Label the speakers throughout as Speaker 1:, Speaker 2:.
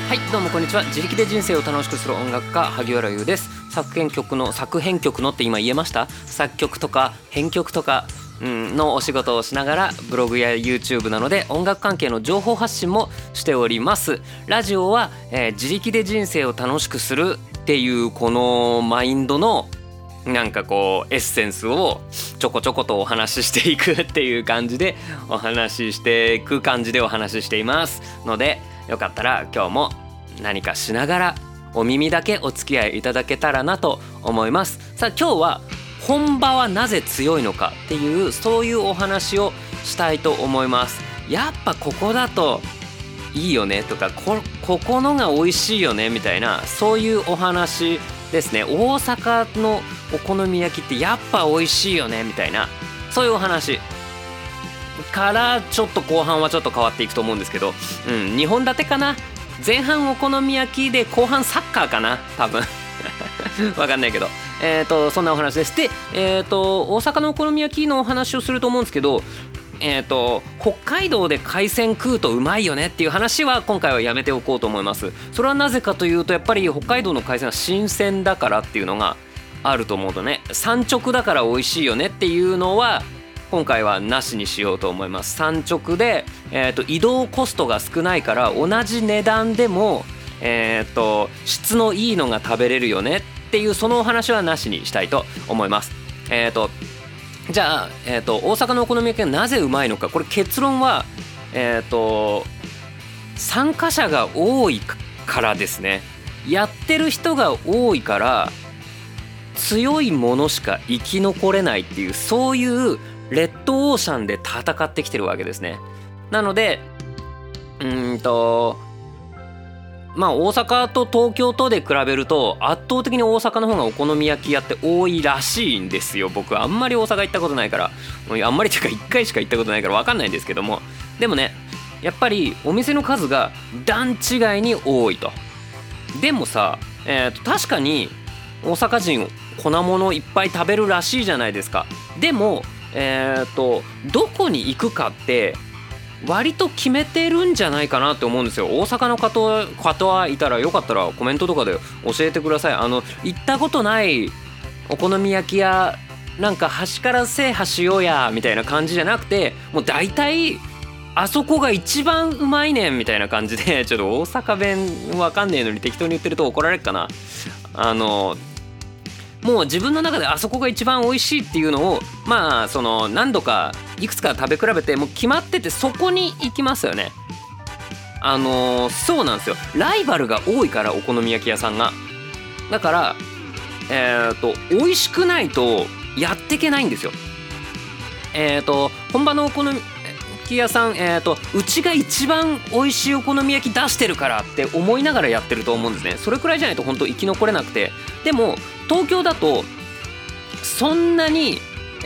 Speaker 1: はい、どうもこんにちは。自力で人生を楽しくする音楽家萩原優です。作編曲のって今言えました？作曲とか編曲とかのお仕事をしながらブログや YouTube などで音楽関係の情報発信もしております。ラジオは、自力で人生を楽しくするっていうこのマインドのなんかこうエッセンスをちょこちょことお話ししていくっていう感じでお話ししていく感じでお話ししていますので、よかったら今日も何かしながらお耳だけお付き合いいただけたらなと思います。さあ今日は本場はなぜ強いのかっていうそういうお話をしたいと思います。やっぱここだといいよねとか ここのが美味しいよねみたいなそういうお話ですね。大阪のお好み焼きってやっぱ美味しいよねみたいなそういうお話からちょっと後半はちょっと変わっていくと思うんですけど、2本立てかな。前半お好み焼きで後半サッカーかな多分わかんないけどそんなお話です。で大阪のお好み焼きのお話をすると思うんですけど、北海道で海鮮食うとうまいよねっていう話は今回はやめておこうと思います。それはなぜかというとやっぱり北海道の海鮮は新鮮だからっていうのがあると思うとね、産直だから美味しいよねっていうのは今回はなしにしようと思います。産直で、移動コストが少ないから同じ値段でも、質のいいのが食べれるよねっていうそのお話はなしにしたいと思います。じゃあ、大阪のお好み焼きがなぜうまいのか、これ結論は、参加者が多いからですね。やってる人が多いから強いものしか生き残れないっていうそういうレッドオーシャンで戦ってきてるわけですね。なのでまあ大阪と東京とで比べると圧倒的に大阪の方がお好み焼き屋って多いらしいんですよ。僕あんまり大阪行ったことないから、あんまりっていうか1回しか行ったことないから分かんないんですけども、でもねやっぱりお店の数が段違いに多いと。でもさ、確かに大阪人粉物いっぱい食べるらしいじゃないですか。でもどこに行くかって割と決めてるんじゃないかなって思うんですよ。大阪の方はいたらよかったらコメントとかで教えてください。行ったことないお好み焼き屋なんか端から制覇しようやみたいな感じじゃなくて、もう大体あそこが一番うまいねんみたいな感じで、ちょっと大阪弁わかんねえのに適当に言ってると怒られるかな。もう自分の中であそこが一番美味しいっていうのをまあその何度かいくつか食べ比べてもう決まっててそこに行きますよね。そうなんですよ。ライバルが多いからお好み焼き屋さんが。だから美味しくないとやっていけないんですよ。本場のお好み焼き屋さんうちが一番美味しいお好み焼き出してるからって思いながらやってると思うんですね。それくらいじゃないと本当生き残れなくて。でも東京だとそんなに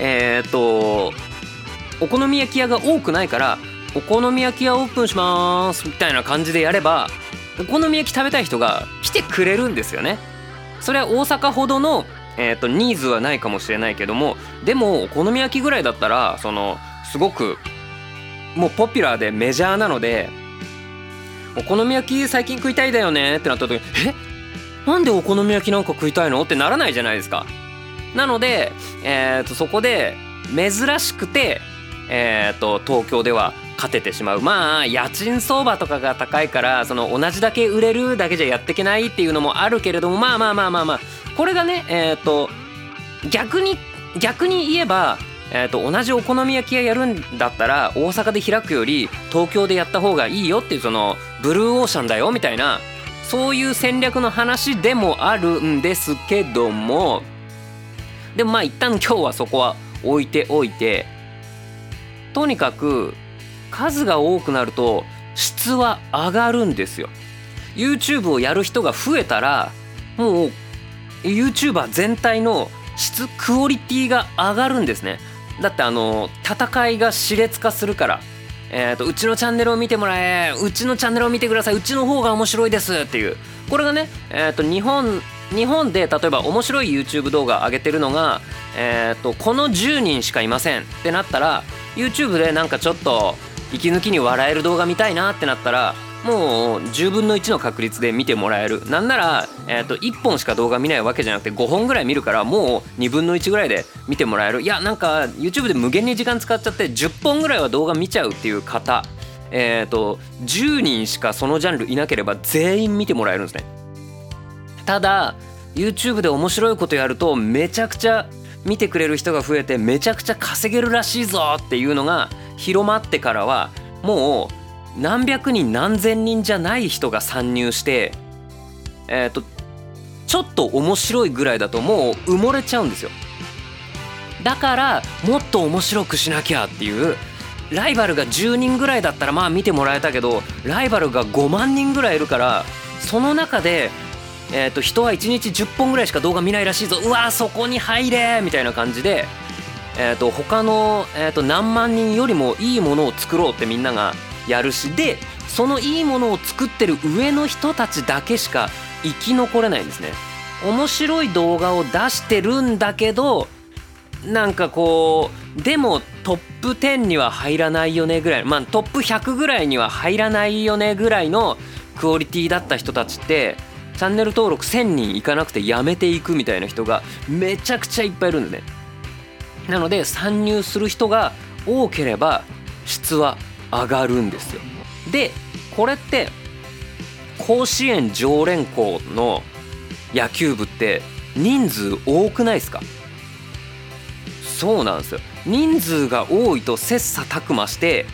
Speaker 1: お好み焼き屋が多くないからお好み焼き屋オープンしますみたいな感じでやればお好み焼き食べたい人が来てくれるんですよね。それは大阪ほどの、ニーズはないかもしれないけども、でもお好み焼きぐらいだったらすごくもうポピュラーでメジャーなので、お好み焼き最近食いたいだよねってなった時になんでお好み焼きなんか食いたいのってならないじゃないですか。なので、そこで珍しくて、東京では勝ててしまう。まあ家賃相場とかが高いから同じだけ売れるだけじゃやっていけないっていうのもあるけれども、まあこれがね逆に言えば同じお好み焼き屋やるんだったら大阪で開くより東京でやった方がいいよっていうブルーオーシャンだよみたいなそういう戦略の話でもあるんですけども、でもまあ一旦今日はそこは置いておいて、とにかく数が多くなると質は上がるんですよ。 YouTube をやる人が増えたらもう YouTuber 全体の質クオリティが上がるんですね。だって戦いが熾烈化するから、うちのチャンネルを見てもらえ、うちのチャンネルを見てください、うちの方が面白いですっていう、これがね、日本で例えば面白い YouTube 動画上げてるのが、この10人しかいませんってなったら YouTube でなんかちょっと息抜きに笑える動画見たいなってなったらもう10分の1の確率で見てもらえる。なんなら、1本しか動画見ないわけじゃなくて5本ぐらい見るから、もう2分の1ぐらいで見てもらえる。いやなんか YouTube で無限に時間使っちゃって10本ぐらいは動画見ちゃうっていう方、10人しかそのジャンルいなければ全員見てもらえるんですね。ただ YouTube で面白いことやるとめちゃくちゃ見てくれる人が増えて、めちゃくちゃ稼げるらしいぞっていうのが広まってからは、もう何百人何千人じゃない人が参入して、ちょっと面白いぐらいだともう埋もれちゃうんですよ。だからもっと面白くしなきゃっていう、ライバルが10人ぐらいだったらまあ見てもらえたけど、ライバルが5万人ぐらいいるから、その中で人は1日10本ぐらいしか動画見ないらしいぞ、うわそこに入れみたいな感じで、他の、何万人よりもいいものを作ろうってみんながやるし、でそのいいものを作ってる上の人たちだけしか生き残れないんですね。面白い動画を出してるんだけど、なんかこうでもトップ10には入らないよねぐらい、まあトップ100ぐらいには入らないよねぐらいのクオリティだった人たちって、チャンネル登録1000人いかなくてやめていくみたいな人がめちゃくちゃいっぱいいるんですね。なので参入する人が多ければ質は上がるんですよ。でこれって甲子園常連校の野球部って人数多くないですか？そうなんですよ。人数が多いと切磋琢磨して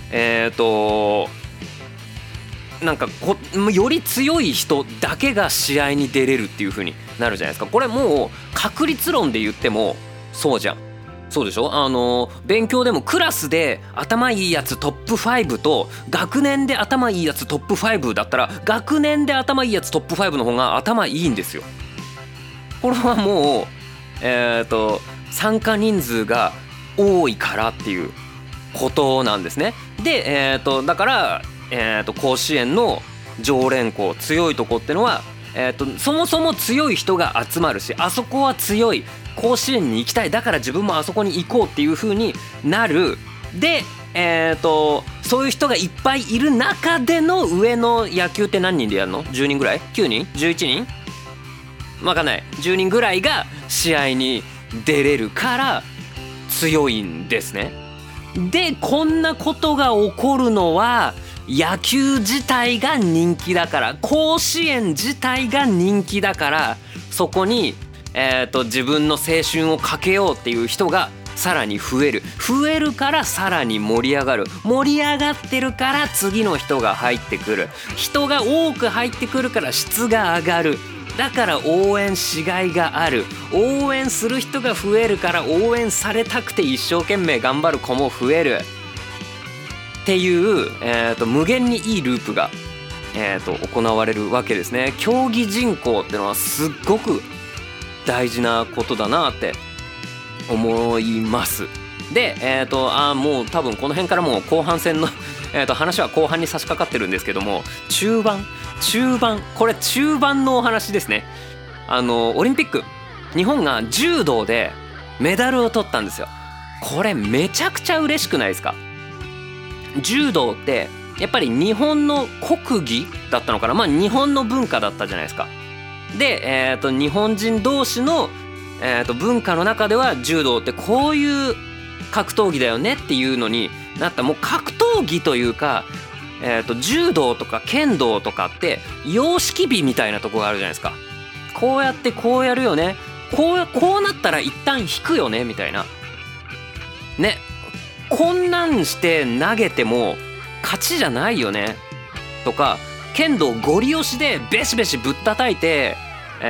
Speaker 1: なんかより強い人だけが試合に出れるっていう風になるじゃないですか。これもう確率論で言ってもそうじゃん。そうでしょ。勉強でもクラスで頭いいやつトップ5と学年で頭いいやつトップ5だったら、学年で頭いいやつトップ5の方が頭いいんですよ。これはもう参加人数が多いからっていうことなんですね。でだから甲子園の常連校強いとこってのは、そもそも強い人が集まるし、あそこは強い、甲子園に行きたい、だから自分もあそこに行こうっていう風になる。でそういう人がいっぱいいる中での上の野球って何人でやるの？ 10 人ぐらい？ 9 人？ 11 人？分かんない。10人ぐらいが試合に出れるから強いんですね。でこんなことが起こるのは野球自体が人気だから、甲子園自体が人気だから、そこに、自分の青春をかけようっていう人がさらに増えるからさらに盛り上がる、盛り上がってるから次の人が入ってくる、人が多く入ってくるから質が上がる、だから応援しがいがある、応援する人が増えるから応援されたくて一生懸命頑張る子も増えるっていう、無限にいいループが、行われるわけですね。競技人口ってのはすっごく大事なことだなって思います。でもう多分この辺からもう後半戦の話は後半に差し掛かってるんですけども、中盤これ中盤のお話ですね。オリンピック日本が柔道でメダルを取ったんですよ。これめちゃくちゃ嬉しくないですか？柔道ってやっぱり日本の国技だったのかな、まあ日本の文化だったじゃないですか。で、日本人同士の、文化の中では柔道ってこういう格闘技だよねっていうのになった。もう格闘技というか、柔道とか剣道とかって様式美みたいなとこがあるじゃないですか。こうやってこうやるよね、こうなったら一旦引くよねみたいなね。こんなんして投げても勝ちじゃないよねとか、剣道ゴリ押しでベシベシぶったたいて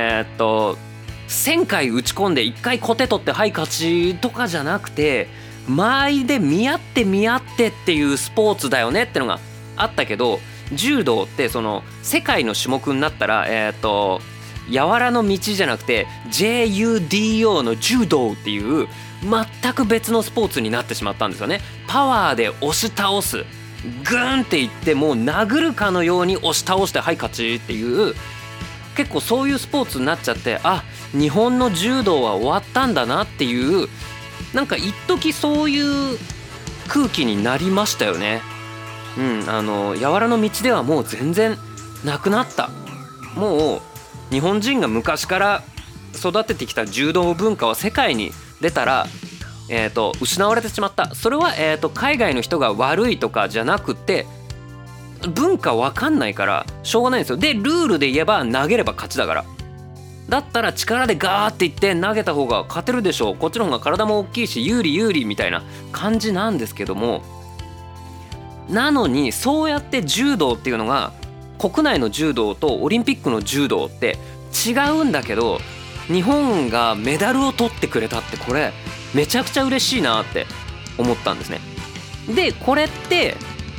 Speaker 1: 1000回打ち込んで1回コテ取ってはい勝ちとかじゃなくて、周りで見合ってっていうスポーツだよねってのがあったけど、柔道ってその世界の種目になったら柔らの道じゃなくて JUDO の柔道っていう全く別のスポーツになってしまったんですよね。パワーで押し倒す、グーンっていってもう殴るかのように押し倒してはい勝ちっていう、結構そういうスポーツになっちゃって、あ、日本の柔道は終わったんだなっていう、なんか一時そういう空気になりましたよね。 柔の道ではもう全然なくなった。もう日本人が昔から育ててきた柔道文化は世界に出たら、失われてしまった。それは、海外の人が悪いとかじゃなくて、文化わかんないからしょうがないんですよ。でルールで言えば投げれば勝ちだから、だったら力でガーっていって投げた方が勝てるでしょう、こっちの方が体も大きいし有利みたいな感じなんですけども、なのにそうやって柔道っていうのが、国内の柔道とオリンピックの柔道って違うんだけど、日本がメダルを取ってくれたって、これめちゃくちゃ嬉しいなって思ったんですね。でこれって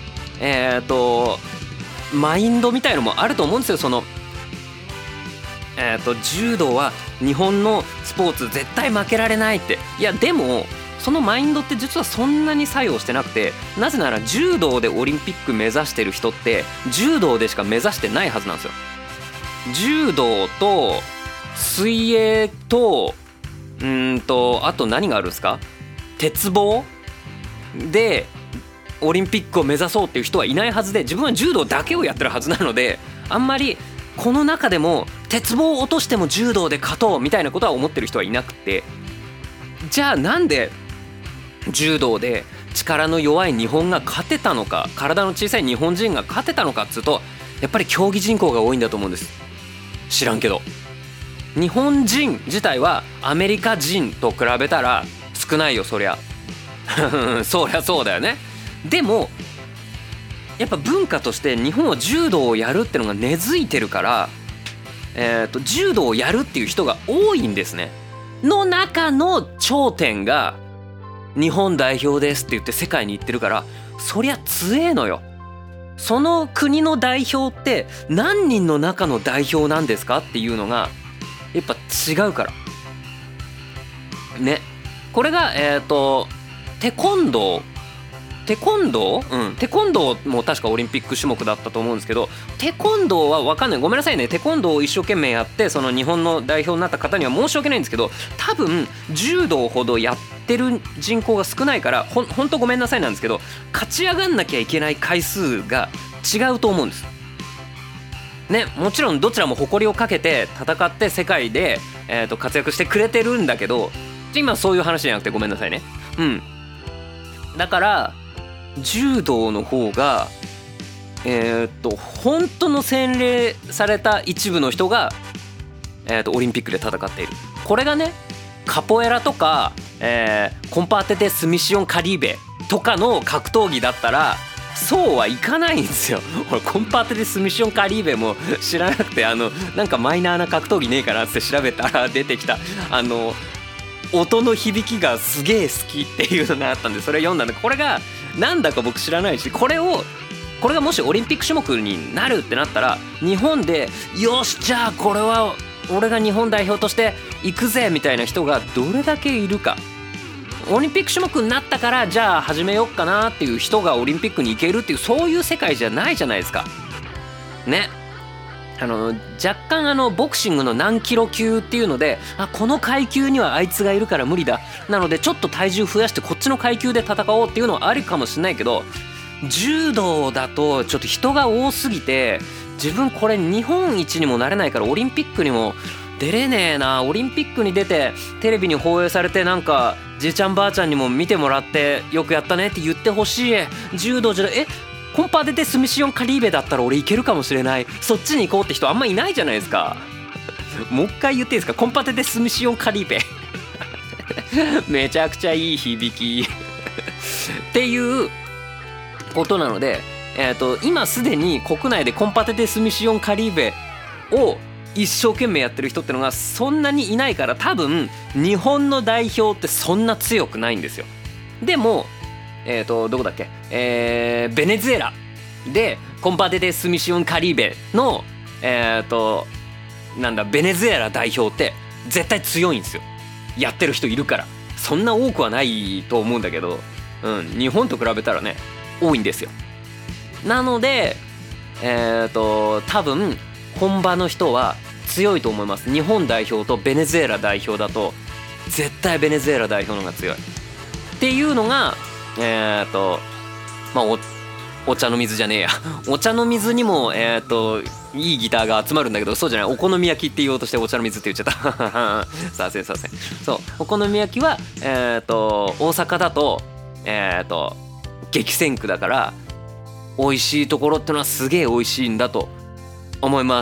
Speaker 1: マインドみたいのもあると思うんですよ。その柔道は日本のスポーツ絶対負けられないって。いやでもそのマインドって実はそんなに作用してなくて、なぜなら柔道でオリンピック目指してる人って柔道でしか目指してないはずなんですよ。柔道と水泳とあと何があるんですか、鉄棒でオリンピックを目指そうっていう人はいないはずで、自分は柔道だけをやってるはずなので、あんまりこの中でも鉄棒を落としても柔道で勝とうみたいなことは思ってる人はいなくて、じゃあなんで柔道で力の弱い日本が勝てたのか、体の小さい日本人が勝てたのかっつうと、やっぱり競技人口が多いんだと思うんです。知らんけど日本人自体はアメリカ人と比べたら少ないよ、そりゃそりゃそうだよね。でもやっぱ文化として日本は柔道をやるってのが根付いてるから、柔道をやるっていう人が多いんですね。の中の頂点が日本代表ですって言って世界に行ってるから、そりゃ強えのよ。その国の代表って何人の中の代表なんですかっていうのがやっぱ違うからね。これがテコンドーも確かオリンピック種目だったと思うんですけど、テコンドーは分かんない、ごめんなさいね。テコンドーを一生懸命やってその日本の代表になった方には申し訳ないんですけど、多分柔道ほどやってる人口が少ないから、ほんとごめんなさいなんですけど、勝ち上がんなきゃいけない回数が違うと思うんですね。もちろんどちらも誇りをかけて戦って世界で、活躍してくれてるんだけど、今そういう話じゃなくてごめんなさいね。だから柔道の方が本当の洗礼された一部の人が、オリンピックで戦っている。これがね、カポエラとか、コンパテデスミシオンカリーベとかの格闘技だったらそうはいかないんですよ。俺コンパテデスミシオンカリーベも知らなくて、なんかマイナーな格闘技ねえかなって調べたら出てきた音の響きがすげえ好きっていうのがあったんで、それ読んだんだけど、これがなんだか僕知らないし、これがもしオリンピック種目になるってなったら、日本でよしじゃあこれは俺が日本代表として行くぜみたいな人がどれだけいるか。オリンピック種目になったからじゃあ始めよっかなっていう人がオリンピックに行けるっていう、そういう世界じゃないじゃないですかね。若干ボクシングの何キロ級っていうので、この階級にはあいつがいるから無理だ、なのでちょっと体重増やしてこっちの階級で戦おうっていうのはありかもしれないけど、柔道だとちょっと人が多すぎて、自分これ日本一にもなれないからオリンピックにも出れねえな。オリンピックに出てテレビに放映されて、なんかじいちゃんばあちゃんにも見てもらってよくやったねって言ってほしい。柔道じゃコンパテデスミシオンカリーベだったら俺いけるかもしれない、そっちに行こうって人あんまいないじゃないですか。もう一回言っていいですか、コンパテデスミシオンカリーベめちゃくちゃいい響きっていうことなので、今すでに国内でコンパテデスミシオンカリーベを一生懸命やってる人ってのがそんなにいないから、多分日本の代表ってそんな強くないんですよ。でもどこだっけ、ベネズエラでコンパテデスミシオンカリーベのベネズエラ代表って絶対強いんですよ。やってる人いるから。そんな多くはないと思うんだけど、日本と比べたらね多いんですよ。なので多分本場の人は強いと思います。日本代表とベネズエラ代表だと絶対ベネズエラ代表の方が強いっていうのがお茶の水じゃねえやお茶の水にもいいギターが集まるんだけど、そうじゃない、お好み焼きって言おうとしてお茶の水って言っちゃったさあせんさあせん。そうお好み焼きは大阪だと激戦区だから美味しいところってのはすげえ美味しいんだと思います。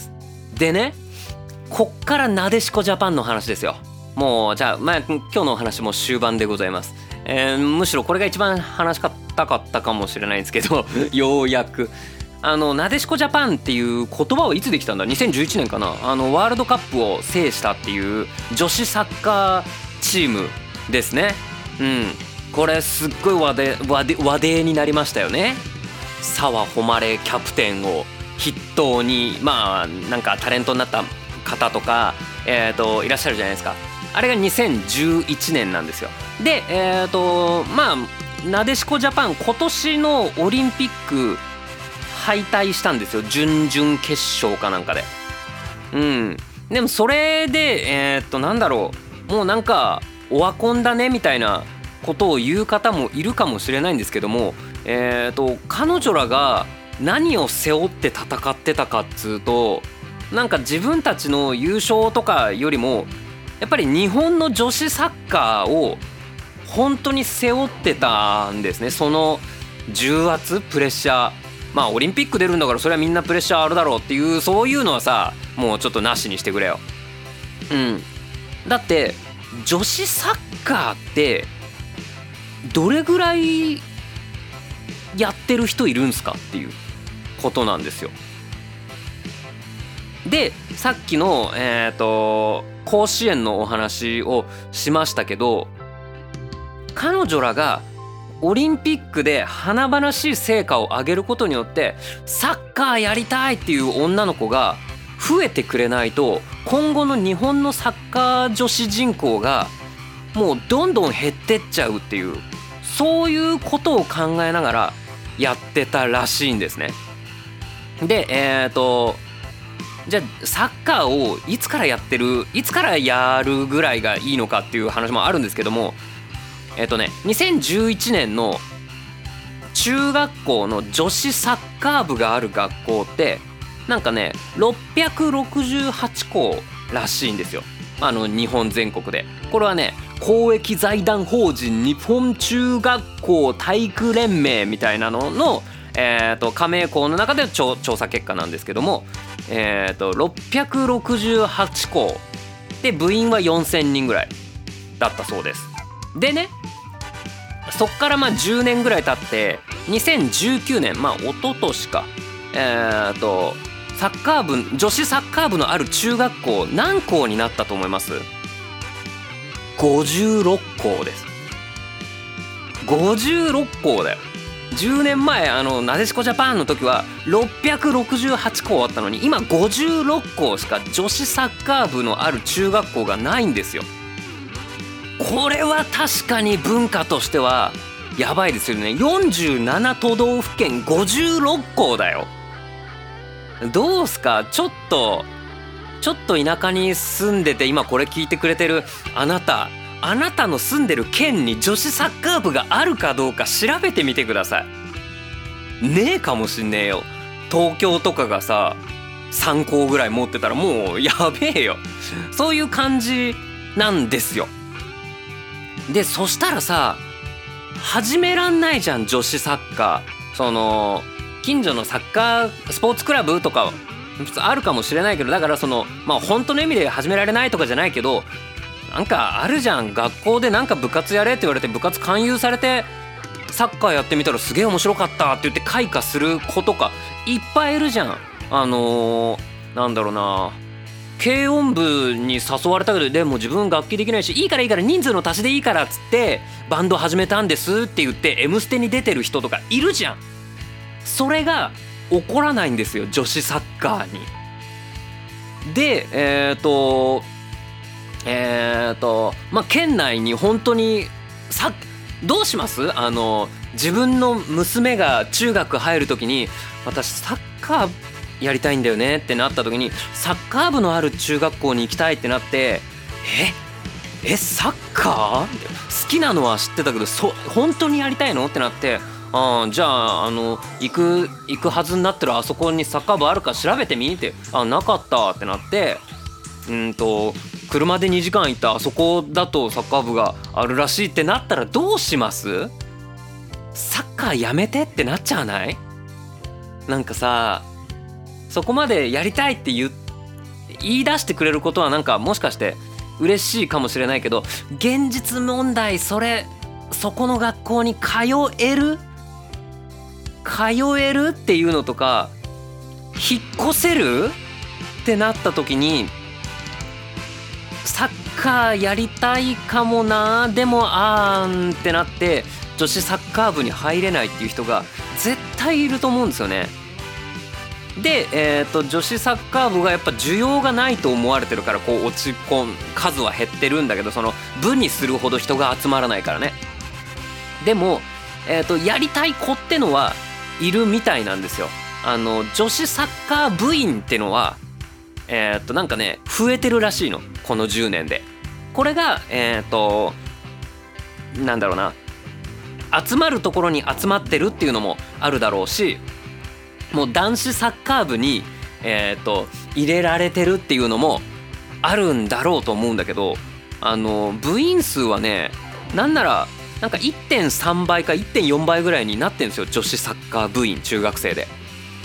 Speaker 1: でね、こっからなでしこジャパンの話ですよ。もうじゃあ、今日のお話も終盤でございます。むしろこれが一番話したかったかもしれないんですけどようやくなでしこジャパンっていう言葉はいつできたんだ。2011年かな。ワールドカップを制したっていう女子サッカーチームですね。これすっごい話題になりましたよね。澤穂希キャプテンを筆頭になんかタレントになった方とかいらっしゃるじゃないですか。あれが2011年なんですよ。でなでしこジャパン今年のオリンピック敗退したんですよ、準々決勝かなんかで。でもそれでなんだろう、もうなんかオワコンだねみたいなことを言う方もいるかもしれないんですけども、彼女らが何を背負って戦ってたかっつうと、なんか自分たちの優勝とかよりもやっぱり日本の女子サッカーを本当に背負ってたんですね。その重圧、プレッシャー、オリンピック出るんだからそれはみんなプレッシャーあるだろうっていう、そういうのはさもうちょっとなしにしてくれよ。だって女子サッカーってどれぐらいやってる人いるんすかっていうことなんですよ。でさっきの甲子園のお話をしましたけど、彼女らがオリンピックで華々しい成果を上げることによってサッカーやりたいっていう女の子が増えてくれないと、今後の日本のサッカー女子人口がもうどんどん減ってっちゃうっていう、そういうことを考えながらやってたらしいんですね。でじゃあサッカーをいつからやるぐらいがいいのかっていう話もあるんですけども、2011年の中学校の女子サッカー部がある学校ってなんかね668校らしいんですよ、日本全国で。これはね公益財団法人日本中学校体育連盟みたいなのの加盟校の中での調査結果なんですけども、668校で部員は4000人ぐらいだったそうです。でね、そっから10年ぐらい経って2019年一昨年かサッカー部、女子サッカー部のある中学校何校になったと思います？ 56 校です。56校だよ。10年前なでしこジャパンの時は668校あったのに、今56校しか女子サッカー部のある中学校がないんですよ。これは確かに文化としてはやばいですよね。47都道府県56校だよ。どうすか、ちょっと田舎に住んでて今これ聞いてくれてるあなたの住んでる県に女子サッカー部があるかどうか調べてみてください。ねえかもしんねえよ。東京とかがさ3校ぐらい持ってたらもうやべえよ。そういう感じなんですよ。でそしたらさ始めらんないじゃん女子サッカー。近所のサッカースポーツクラブとかあるかもしれないけど、だから本当の意味で始められないとかじゃないけど、なんかあるじゃん。学校でなんか部活やれって言われて部活勧誘されてサッカーやってみたらすげえ面白かったって言って開花する子とかいっぱいいるじゃん。なんだろうな、軽音部に誘われたけどでも自分楽器できないし、いいから人数の足しでいいからっつってバンド始めたんですって言って「M ステ」に出てる人とかいるじゃん。それが起こらないんですよ女子サッカーに。で県内に本当にどうします？自分の娘が中学入る時に私サッカーやりたいんだよねってなった時にサッカー部のある中学校に行きたいってなって、サッカー？好きなのは知ってたけど本当にやりたいのってなって、 じゃあ行くはずになってるあそこにサッカー部あるか調べてみって、なかったってなって、車で2時間行ったあそこだとサッカー部があるらしいってなったらどうします？サッカーやめてってなっちゃわない？なんかさ、そこまでやりたいって言い出してくれることはなんかもしかして嬉しいかもしれないけど、現実問題そこの学校に通えるっていうのとか、引っ越せるってなった時に、サッカーやりたいかもな、でもってなって女子サッカー部に入れないっていう人が絶対いると思うんですよね。で、女子サッカー部がやっぱ需要がないと思われてるから、こう落ち込む数は減ってるんだけど、その部にするほど人が集まらないからね。でも、やりたい子ってのはいるみたいなんですよ。女子サッカー部員ってのはなんかね増えてるらしいの、この10年で。これがなんだろうな、集まるところに集まってるっていうのもあるだろうし、もう男子サッカー部に入れられてるっていうのもあるんだろうと思うんだけど、部員数はね、なんならなんか 1.3 倍か 1.4 倍ぐらいになってるんですよ、女子サッカー部員中学生で。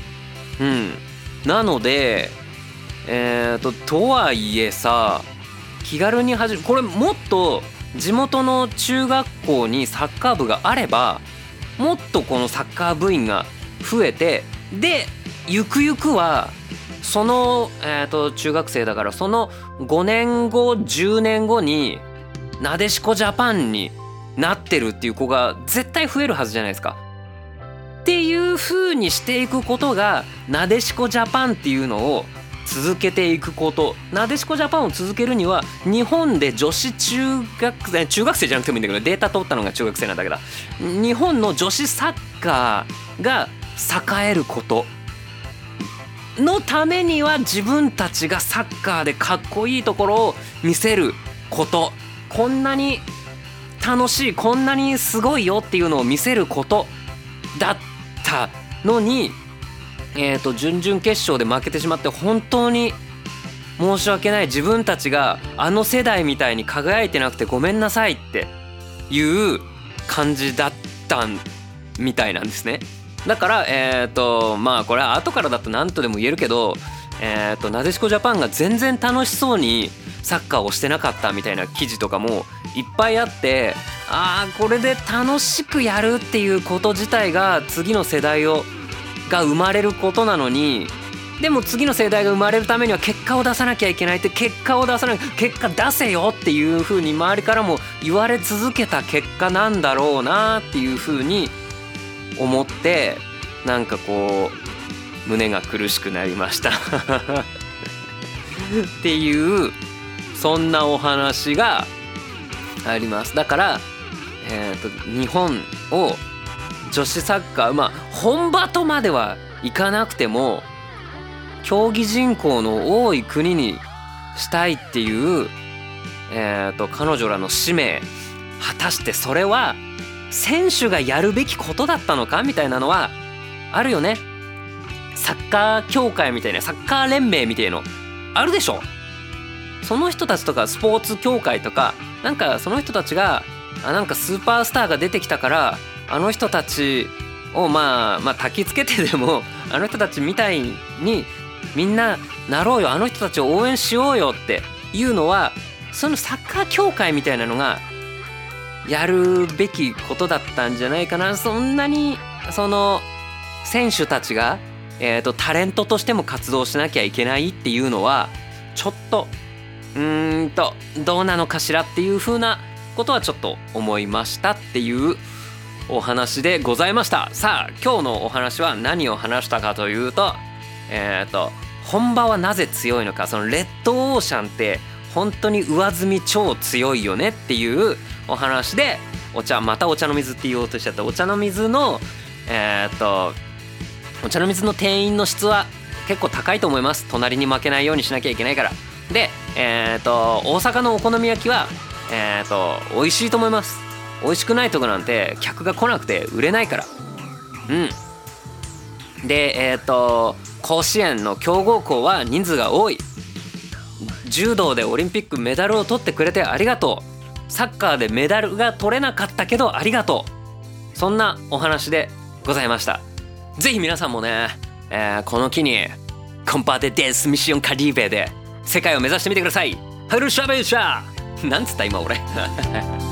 Speaker 1: なのでとはいえさ、気軽にこれもっと地元の中学校にサッカー部があれば、もっとこのサッカー部員が増えて、でゆくゆくはその、中学生だからその5年後10年後になでしこジャパンになってるっていう子が絶対増えるはずじゃないですか。っていう風にしていくことがなでしこジャパンっていうのを続けていくこと。なでしこジャパンを続けるには、日本で女子中学生じゃなくてもいいんだけど、データ取ったのが中学生なんだけど、日本の女子サッカーが栄えることのためには、自分たちがサッカーでかっこいいところを見せること、こんなに楽しい、こんなにすごいよっていうのを見せることだったのに、準々決勝で負けてしまって本当に申し訳ない、自分たちがあの世代みたいに輝いてなくてごめんなさいっていう感じだったみたいなんですね。だからまあこれは後からだと何とでも言えるけど、なでしこジャパンが全然楽しそうにサッカーをしてなかったみたいな記事とかもいっぱいあって、これで楽しくやるっていうこと自体が次の世代が生まれることなのに、でも次の世代が生まれるためには結果を出さなきゃいけないって、結果出せよっていう風に周りからも言われ続けた結果なんだろうなっていう風に思って、なんかこう胸が苦しくなりましたっていう、そんなお話があります。だから日本を女子サッカー、本場とまではいかなくても競技人口の多い国にしたいっていう、彼女らの使命、果たしてそれは選手がやるべきことだったのかみたいなのはあるよね。サッカー協会みたいな、サッカー連盟みたいのあるでしょ。その人たちとかスポーツ協会とか、なんかその人たちがなんかスーパースターが出てきたから、あの人たちを焚きつけてでもあの人たちみたいにみんななろうよ、あの人たちを応援しようよっていうのは、そのサッカー協会みたいなのがやるべきことだったんじゃないかな。そんなにその選手たちが、タレントとしても活動しなきゃいけないっていうのはちょっとどうなのかしらっていう風なことはちょっと思いましたっていうお話でございました。さあ今日のお話は何を話したかというと、本場はなぜ強いのか、そのレッドオーシャンって本当に上積み超強いよねっていうお話で、またお茶の水って言おうとしちゃった。お茶の水のお茶の水の店員の質は結構高いと思います。隣に負けないようにしなきゃいけないから。で大阪のお好み焼きは美味しいと思います。美味しくないとこなんて客が来なくて売れないから。 で甲子園の強豪校は人数が多い。柔道でオリンピックメダルを取ってくれてありがとう。サッカーでメダルが取れなかったけどありがとう。そんなお話でございました。ぜひ皆さんもね、この機にコンパテデスミッションカリーベで世界を目指してみてください。ハルシャベルシャなんつった今俺